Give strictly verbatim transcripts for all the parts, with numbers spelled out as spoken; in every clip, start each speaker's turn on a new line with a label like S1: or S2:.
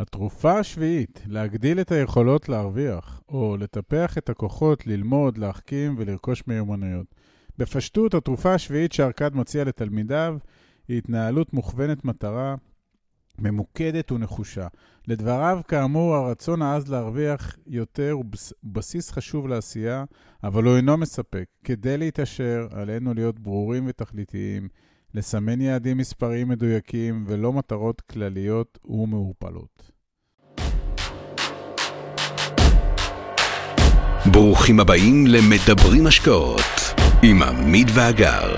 S1: התרופה השביעית, להגדיל את היכולות להרוויח, או לטפח את הכוחות, ללמוד, להחכים ולרכוש מיומנויות. בפשטות, התרופה השביעית שארקד מציע לתלמידיו, היא התנהלות מוכוונת מטרה, ממוקדת ונחושה. לדבריו, כאמור, הרצון העז להרוויח יותר הוא בסיס חשוב לעשייה, אבל הוא אינו מספק. כדי להתאשר, עלינו להיות ברורים ותכליתיים, לסמן יעדים מספריים מדויקים ולא מטרות כלליות ומעורפלות.
S2: ברוכים הבאים למדברים השקעות עם עמית ואגר.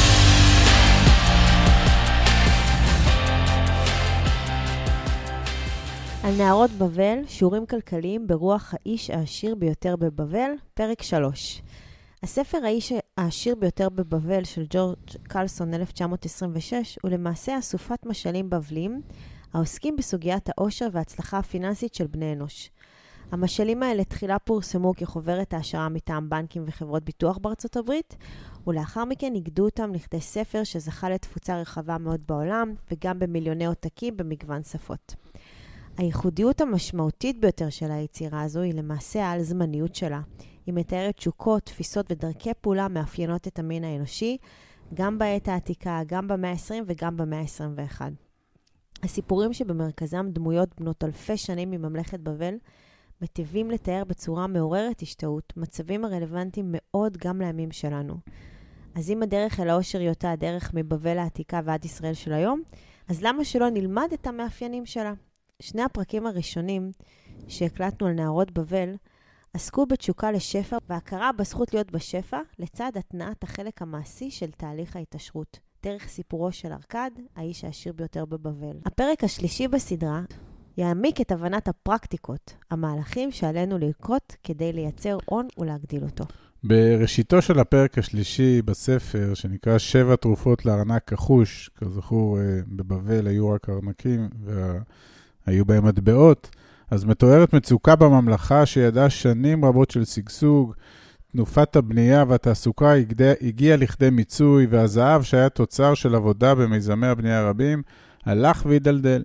S3: על נערות בבל, שיעורים כלכליים ברוח האיש העשיר ביותר בבבל, פרק שלוש. הספר האיש העשיר ביותר בבבל של ג'ורג' קלסון אלף תשע מאות עשרים ושש הוא למעשה אסופת משלים בבליים העוסקים בסוגיית העושר וההצלחה הפיננסית של בני אנוש. המשלים האלה תחילה פורסמו כחוברת העשרה מטעם בנקים וחברות ביטוח בארצות הברית, ולאחר מכן נגדו אותם לכדי ספר שזכה לתפוצה רחבה מאוד בעולם וגם במיליוני עותקים במגוון שפות. הייחודיות המשמעותית ביותר של היצירה הזו היא למעשה העל זמניות שלה. היא מתארת תשוקות, תפיסות ודרכי פעולה מאפיינות את המין האנושי, גם בעת העתיקה, גם במאה ה-עשרים וגם במאה ה-עשרים ואחת. הסיפורים שבמרכזם דמויות בנות אלפי שנים מממלכת בבל, מטיבים לתאר בצורה מעוררת השתאות, מצבים הרלוונטיים מאוד גם לימים שלנו. אז אם הדרך אל האושר היא אותה הדרך מבבל העתיקה ועד ישראל של היום, אז למה שלא נלמד את המאפיינים שלה? שני הפרקים הראשונים שהקלטנו על נערות בבל, עסקו בתשוקה לשפע והכרה בזכות להיות בשפע לצד התנעת החלק המעשי של תהליך ההתעשרות, דרך סיפורו של ארקד, האיש העשיר ביותר בבבל. הפרק השלישי בסדרה יעמיק את הבנת הפרקטיקות, המהלכים שעלינו לנקוט כדי לייצר הון ולהגדיל אותו.
S1: בראשיתו של הפרק השלישי בספר, שנקרא שבע תרופות לארנק כחוש, כזכור בבבל היו רק ארנקים והיו בהם מטבעות, אז מתוארת מצוקה בממלכה שידעה שנים רבות של סגסוג, תנופת הבנייה והתעסוקה הגיעה לכדי מיצוי, והזהב שהיה תוצר של עבודה במיזמי הבנייה הרבים, הלך והידלדל.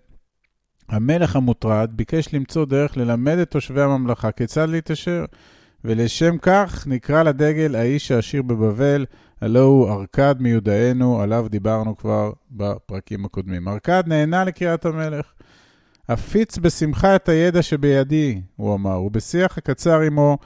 S1: המלך המוטרד ביקש למצוא דרך ללמד את תושבי הממלכה כיצד להתעשר, ולשם כך נקרא לדגל האיש העשיר בבבל, הלא הוא ארקד מיודענו, עליו דיברנו כבר בפרקים הקודמים. ארקד נהנה לקריאת המלך. הפיץ בשמחה את הידע שבידי, הוא אמר, ובשיח הקצר עמו,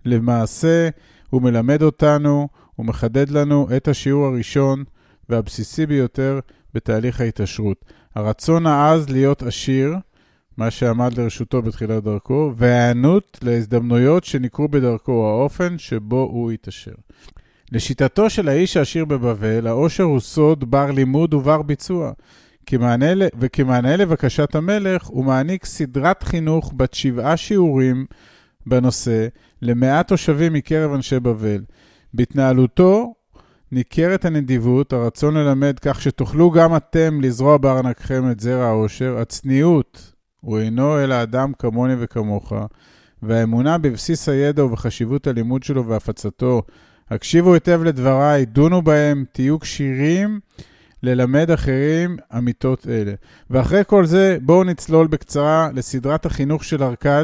S1: למעשה הוא מלמד אותנו, הוא מחדד לנו את השיעור הראשון והבסיסי ביותר בתהליך ההתעשרות. הרצון העז להיות עשיר, מה שעמד לרשותו בתחילת דרכו, והענות להזדמנויות שנקרו בדרכו, האופן שבו הוא התעשר. לשיטתו של האיש העשיר בבבל, העושר הוא סוד בר לימוד ובר ביצוע. כמענה, וכמענה לבקשת המלך, הוא מעניק סדרת חינוך בת שבעה שיעורים בנושא למאה תושבים מקרב אנשי בבל. בהתנהלותו ניכרת הנדיבות, הרצון ללמד כך שתוכלו גם אתם לזרוע בארנקכם את זרע העושר. הצניעות הוא אינו אלא אדם כמוני וכמוך, והאמונה בבסיס הידע ובחשיבות הלימוד שלו והפצתו. הקשיבו היטב לדבריי, דונו בהם, תהיו קשירים ללמד אחרים אמיתות אלה. ואחרי כל זה, בואו נצלול בקצרה לסדרת החינוך של ארקד,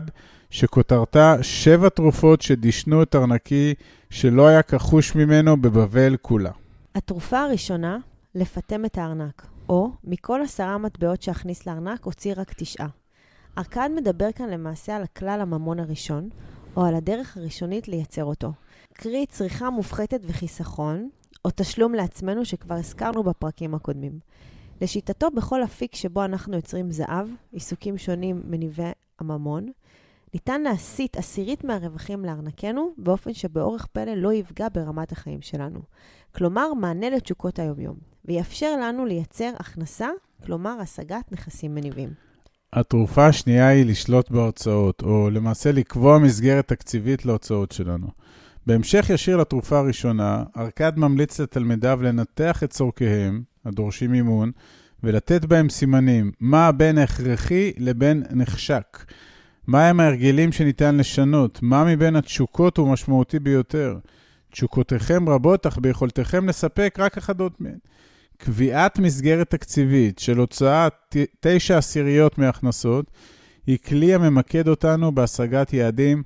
S1: שכותרתה שבע תרופות שדישנו את ארנקי, שלא היה כחוש ממנו בבבל כולה.
S3: התרופה הראשונה, לפתם את הארנק, או מכל עשרה מטבעות שהכניס לארנק, הוציא רק תשעה. ארקד מדבר כאן למעשה על הכלל הממון הראשון, או על הדרך הראשונית לייצר אותו. קרי, צריכה מופחתת וחיסכון, או תשלום לעצמנו שכבר הזכרנו בפרקים הקודמים. לשיטתו, בכל אפיק שבו אנחנו יוצרים זהב, עיסוקים שונים מניבי הממון, ניתן להסיט עשירית מהרווחים לארנקנו, באופן שבאורך פלא לא יפגע ברמת החיים שלנו. כלומר, מענה לתשוקות היומיום, ויאפשר לנו לייצר הכנסה, כלומר, השגת נכסים מניבים.
S1: התרופה השנייה היא לשלוט בהוצאות, או למעשה לקבוע מסגרת תקציבית להוצאות שלנו. בהמשך ישיר לתרופה הראשונה, ארקד ממליץ לתלמידיו לנתח את צורכיהם, הדורשים מימון, ולתת בהם סימנים, מה בין הכרחי לבין נחשק. מה הם ההרגלים שניתן לשנות? מה מבין התשוקות הוא משמעותי ביותר? תשוקותיכם רבות, אך ביכולתכם לספק רק אחדות מהן. קביעת מסגרת תקציבית של הוצאת תשע עשיריות מהכנסות, היא כלי הממקד אותנו בהשגת יעדים,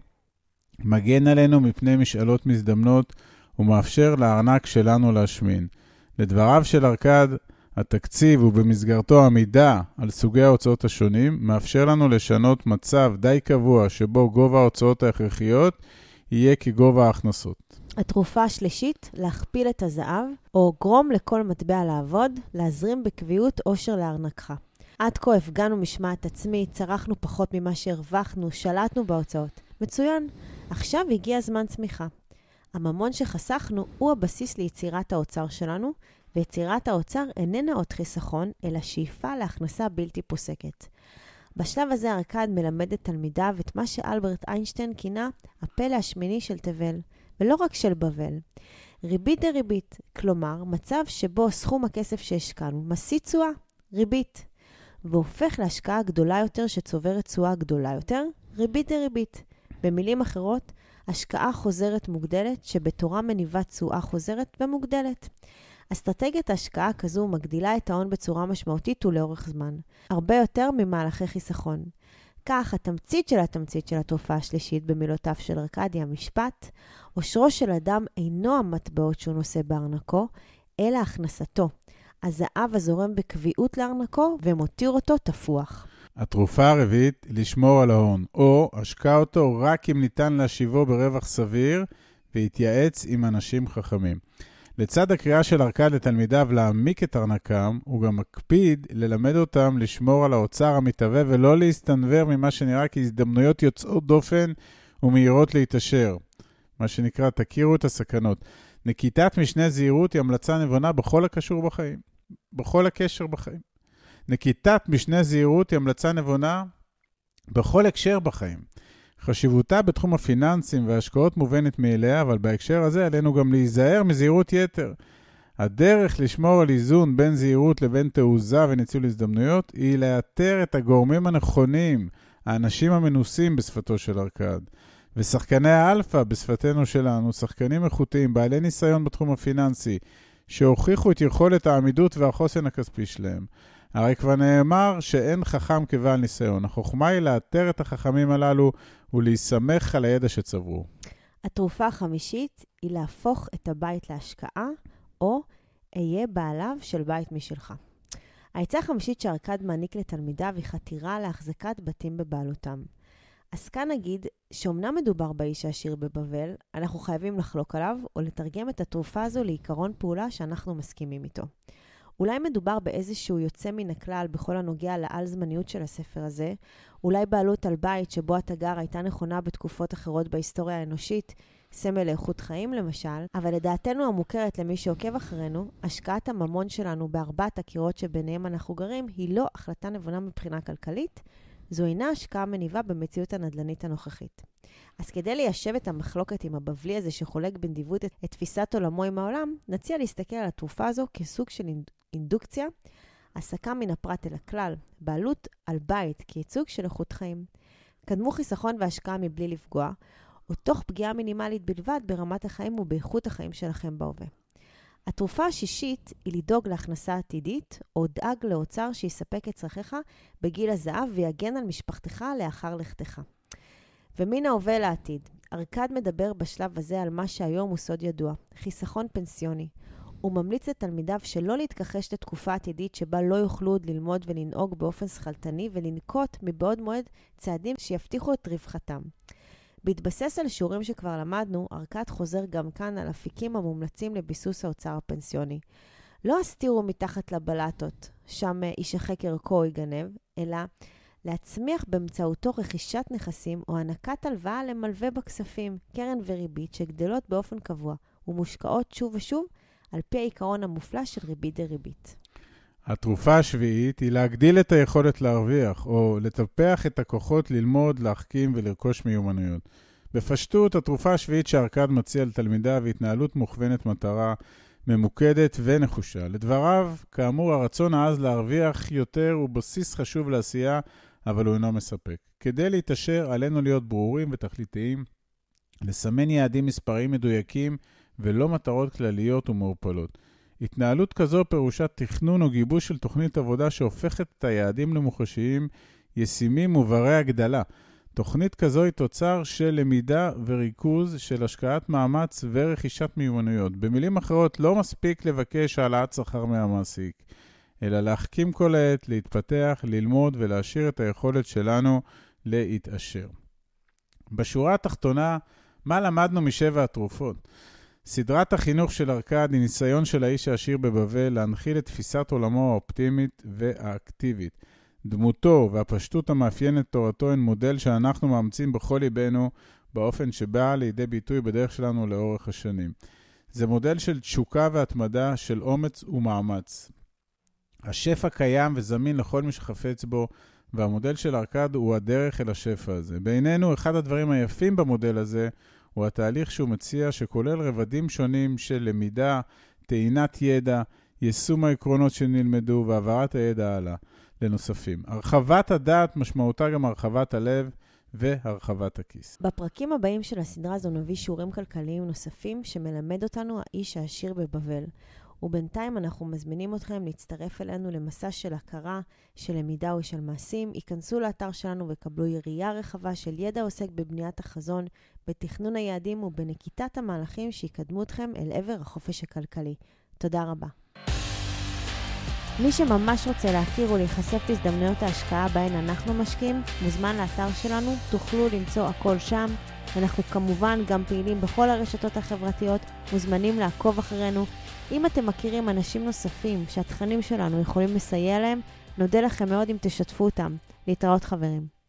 S1: מגן עלינו מפני משאלות מזדמנות, ומאפשר לארנק שלנו להשמין. לדבריו של ארכד, התקציב ובמסגרתו עמידה על סוגי ההוצאות השונים, מאפשר לנו לשנות מצב די קבוע שבו גובה ההוצאות ההכרחיות יהיה כגובה ההכנסות.
S3: התרופה השלישית, להכפיל את הזהב, או גרום לכל מטבע לעבוד, להזרים בקביעות עושר לארנקך. עד כה הפגנו משמעת עצמי, צרכנו פחות ממה שהרווחנו, שלטנו בהוצאות. מצוין, עכשיו הגיע זמן צמיחה. הממון שחסכנו הוא הבסיס ליצירת האוצר שלנו, ויצירת האוצר איננה עוד חיסכון, אלא שאיפה להכנסה בלתי פוסקת. בשלב הזה ארכד מלמד את תלמידיו את מה שאלברט איינשטיין כינה הפלא השמיני של תבל, ולא רק של בבל. ריבית דריבית, כלומר מצב שבו סכום הכסף שהשקענו משיא תשואה, ריבית, והופך להשקעה גדולה יותר שצוברת תשואה גדולה יותר, ריבית דריבית. במילים אחרות, השקעה חוזרת מוגדלת שבתורה מניבה תשואה חוזרת ומוגדלת. אסטרטגיית ההשקעה כזו מגדילה את ההון בצורה משמעותית ולאורך זמן, הרבה יותר ממהלכי חיסכון. כך, התמצית של התמצית של התרופה השלישית במילותיו של ארכדי המשפט, עושרו של אדם אינו המטבעות שהוא נושא בארנקו, אלא הכנסתו. הזהב הזורם בקביעות לארנקו ומותיר אותו תפוח.
S1: התרופה הרביעית, לשמור על ההון, או השקע אותו רק אם ניתן להשיבו ברווח סביר, והתייעץ עם אנשים חכמים. לצד הקריאה של ארכד לתלמידיו להעמיק את ארנקם, הוא גם מקפיד ללמד אותם לשמור על האוצר המתהווה ולא להסתנוור ממה שנראה כהזדמנויות יוצאות דופן ומהירות להתאשר. מה שנקרא, תכירו את הסכנות. נקיטת משנה זהירות היא המלצה נבונה בכל הקשור בחיים, בכל הקשר בחיים. נקיטת משנה זהירות היא המלצה נבונה בכל הקשר בחיים. חשיבותה בתחום הפיננסים וההשקעות מובנת מאליה, אבל בהקשר הזה עלינו גם להיזהר מזהירות יתר. הדרך לשמור על איזון בין זהירות לבין תעוזה וניצול הזדמנויות היא לאתר את הגורמים הנכונים, האנשים המנוסים בשפתו של ארכד. ושחקני האלפא בשפתנו שלנו, שחקנים איכותיים, בעלי ניסיון בתחום הפיננסי, שהוכיחו את יכולת העמידות והחוסן הכספי שלהם. הרי כבר נאמר שאין חכם כבעל ניסיון. החוכמה היא לאתר את החכמים הללו ולהיסמך על הידע שצברו.
S3: התרופה החמישית היא להפוך את הבית להשקעה, או אהיה בעליו של בית משלך. העצה החמישית שארכד מעניק לתלמידיו היא חתירה להחזקת בתים בבעלותם. אז כאן נגיד שאומנם מדובר באיש העשיר בבבל, אנחנו חייבים לחלוק עליו או לתרגם את התרופה הזו לעיקרון פעולה שאנחנו מסכימים איתו. אולי מדובר באיזשהו יוצא מן הכלל בכל הנוגע לעל זמניות של הספר הזה, אולי בעלות על בית שבו התגר הייתה נכונה בתקופות אחרות בהיסטוריה האנושית, סמל לאיכות חיים למשל, אבל לדעתנו המוכרת למי שעוקב אחרינו, השקעת הממון שלנו בארבעת הקירות שביניהם אנחנו גרים, היא לא החלטה נבונה מבחינה כלכלית, זו אינה השקעה מניבה במציאות הנדלנית הנוכחית. אז כדי ליישב את המחלוקת עם הבבלי הזה שחולק בנדיבות את, את תפיסת עולמו עם העולם, נציע להסתכל על התרופה הזו כסוג של אינדוקציה, הסקה מן הפרט אל הכלל, בעלות על בית כייצוג של איכות חיים. קדמו חיסכון והשקעה מבלי לפגוע, או תוך פגיעה מינימלית בלבד ברמת החיים ובאיכות החיים שלכם בהווה. התרופה השישית היא לדאוג להכנסה עתידית, או דאג לאוצר שיספק את צרכיך בגיל הזהב ויגן על משפחתך לאחר לכתך. ומן ההווה לעתיד, ארכד מדבר בשלב הזה על מה שהיום הוא סוד ידוע, חיסכון פנסיוני. הוא ממליץ לתלמידיו שלא להתכחש לתקופה עתידית שבה לא יוכלו עוד ללמוד ולנהוג באופן שכלתני ולנקוט מבעוד מועד צעדים שיבטיחו את רווחתם. בהתבסס על שיעורים שכבר למדנו, ארכד חוזר גם כאן על אפיקים המומלצים לביסוס האוצר הפנסיוני. לא הסתירו מתחת לבלטות, שם אישחק ערכו יגנב, אלא להצמיח באמצעותו רכישת נכסים או הענקת הלוואה למלווה בכספים, קרן וריבית שגדלות באופן קבוע ומושקעות שוב ושוב על פי העיקרון המופלא של ריבית דריבית.
S1: התרופה השביעית היא להגדיל את היכולת להרוויח, או לטפח את הכוחות ללמוד, להחכים ולרכוש מיומנויות. בפשטות, התרופה השביעית שארכד מציע לתלמידיו היא התנהלות מוכוונת מטרה, ממוקדת ונחושה. לדבריו, כאמור, הרצון העז להרוויח יותר הוא בסיס חשוב לעשייה, אבל הוא אינו מספק. כדי להתאשר, עלינו להיות ברורים ותכליתיים, לסמן יעדים מספריים מדויקים ולא מטרות כלליות ומעורפלות. התנהלות כזו פירושה תכנון או גיבוש של תוכנית עבודה שהופכת את היעדים למוחשיים, ישימים וברי הגדלה. תוכנית כזו היא תוצר של למידה וריכוז של השקעת מאמץ ורכישת מיומנויות. במילים אחרות, לא מספיק לבקש העלאת שכר מהמעסיק, אלא להחכים כל העת, להתפתח, ללמוד ולהשאיר את היכולת שלנו להתעשר. בשורה התחתונה, מה למדנו משבע התרופות? סדרת החינוך של ארכד היא ניסיון של האיש העשיר בבבל להנחיל את תפיסת עולמו האופטימית והאקטיבית. דמותו והפשטות המאפיינת תורתו הן מודל שאנחנו מאמצים בכל ליבנו באופן שבא לידי ביטוי בדרך שלנו לאורך השנים. זה מודל של תשוקה והתמדה, של אומץ ומאמץ. השפע קיים וזמין לכל מי שחפץ בו, והמודל של ארכד הוא הדרך אל השפע הזה. בעינינו, אחד הדברים היפים במודל הזה הוא התהליך שהוא מציע, שכולל רבדים שונים של למידה, טעינת ידע, יישום העקרונות שנלמדו והעברת הידע הלאה לנוספים. הרחבת הדעת משמעותה גם הרחבת הלב והרחבת הכיס.
S3: בפרקים הבאים של הסדרה זו נביא שיעורים כלכליים נוספים שמלמד אותנו האיש העשיר בבבל. ובינתיים אנחנו מזמינים אתכם להצטרף אלינו למסע של הכרה, של למידה ושל מעשים. ייכנסו לאתר שלנו וקבלו יריעה רחבה של ידע עוסק בבניית החזון, בתכנון היעדים ובנקיטת המהלכים שיקדמו אתכם אל עבר החופש הכלכלי. תודה רבה. מי שממש רוצה להכיר ולהיחשף להזדמנויות ההשקעה בהן אנחנו משקיעים, מוזמן לאתר שלנו, תוכלו למצוא הכל שם. אנחנו כמובן גם פעילים בכל הרשתות החברתיות, מוזמנים לעקוב אחרינו. אם אתם מכירים אנשים נוספים שהתכנים שלנו יכולים לסייע להם, נודה לכם מאוד אם תשתפו אותם. להתראות חברים.